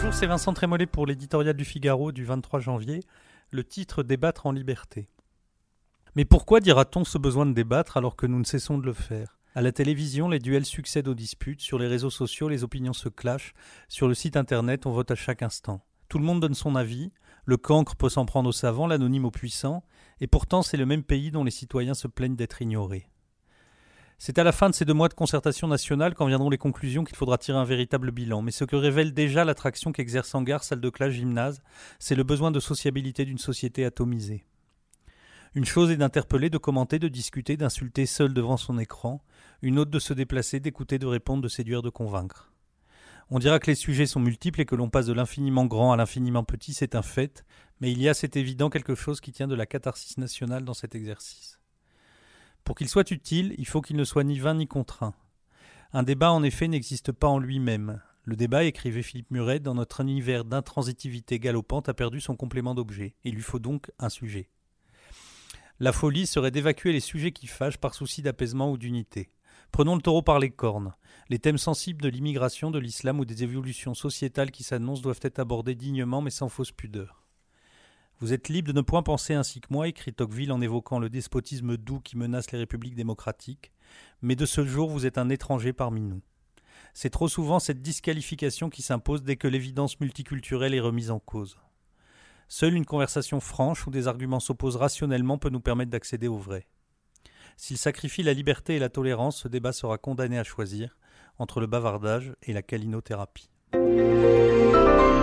Bonjour, c'est Vincent Trémollet pour l'éditorial du Figaro du 23 janvier. Le titre « Débattre en liberté ». Mais pourquoi dira-t-on ce besoin de débattre alors que nous ne cessons de le faire ? À la télévision, les duels succèdent aux disputes. Sur les réseaux sociaux, les opinions se clashent. Sur le site internet, on vote à chaque instant. Tout le monde donne son avis. Le cancre peut s'en prendre aux savants, l'anonyme aux puissants. Et pourtant, c'est le même pays dont les citoyens se plaignent d'être ignorés. C'est à la fin de ces 2 mois de concertation nationale qu'en viendront les conclusions qu'il faudra tirer un véritable bilan. Mais ce que révèle déjà l'attraction qu'exercent en gare, salle de classe, gymnase, c'est le besoin de sociabilité d'une société atomisée. Une chose est d'interpeller, de commenter, de discuter, d'insulter seul devant son écran. Une autre de se déplacer, d'écouter, de répondre, de séduire, de convaincre. On dira que les sujets sont multiples et que l'on passe de l'infiniment grand à l'infiniment petit, c'est un fait. Mais il y a, c'est évident, quelque chose qui tient de la catharsis nationale dans cet exercice. Pour qu'il soit utile, il faut qu'il ne soit ni vain ni contraint. Un débat, en effet, n'existe pas en lui-même. Le débat, écrivait Philippe Muret, dans notre univers d'intransitivité galopante, a perdu son complément d'objet. Il lui faut donc un sujet. La folie serait d'évacuer les sujets qui fâchent par souci d'apaisement ou d'unité. Prenons le taureau par les cornes. Les thèmes sensibles de l'immigration, de l'islam ou des évolutions sociétales qui s'annoncent doivent être abordés dignement mais sans fausse pudeur. Vous êtes libre de ne point penser ainsi que moi, écrit Tocqueville en évoquant le despotisme doux qui menace les républiques démocratiques, mais de ce jour vous êtes un étranger parmi nous. C'est trop souvent cette disqualification qui s'impose dès que l'évidence multiculturelle est remise en cause. Seule une conversation franche où des arguments s'opposent rationnellement peut nous permettre d'accéder au vrai. S'il sacrifie la liberté et la tolérance, ce débat sera condamné à choisir entre le bavardage et la câlinothérapie.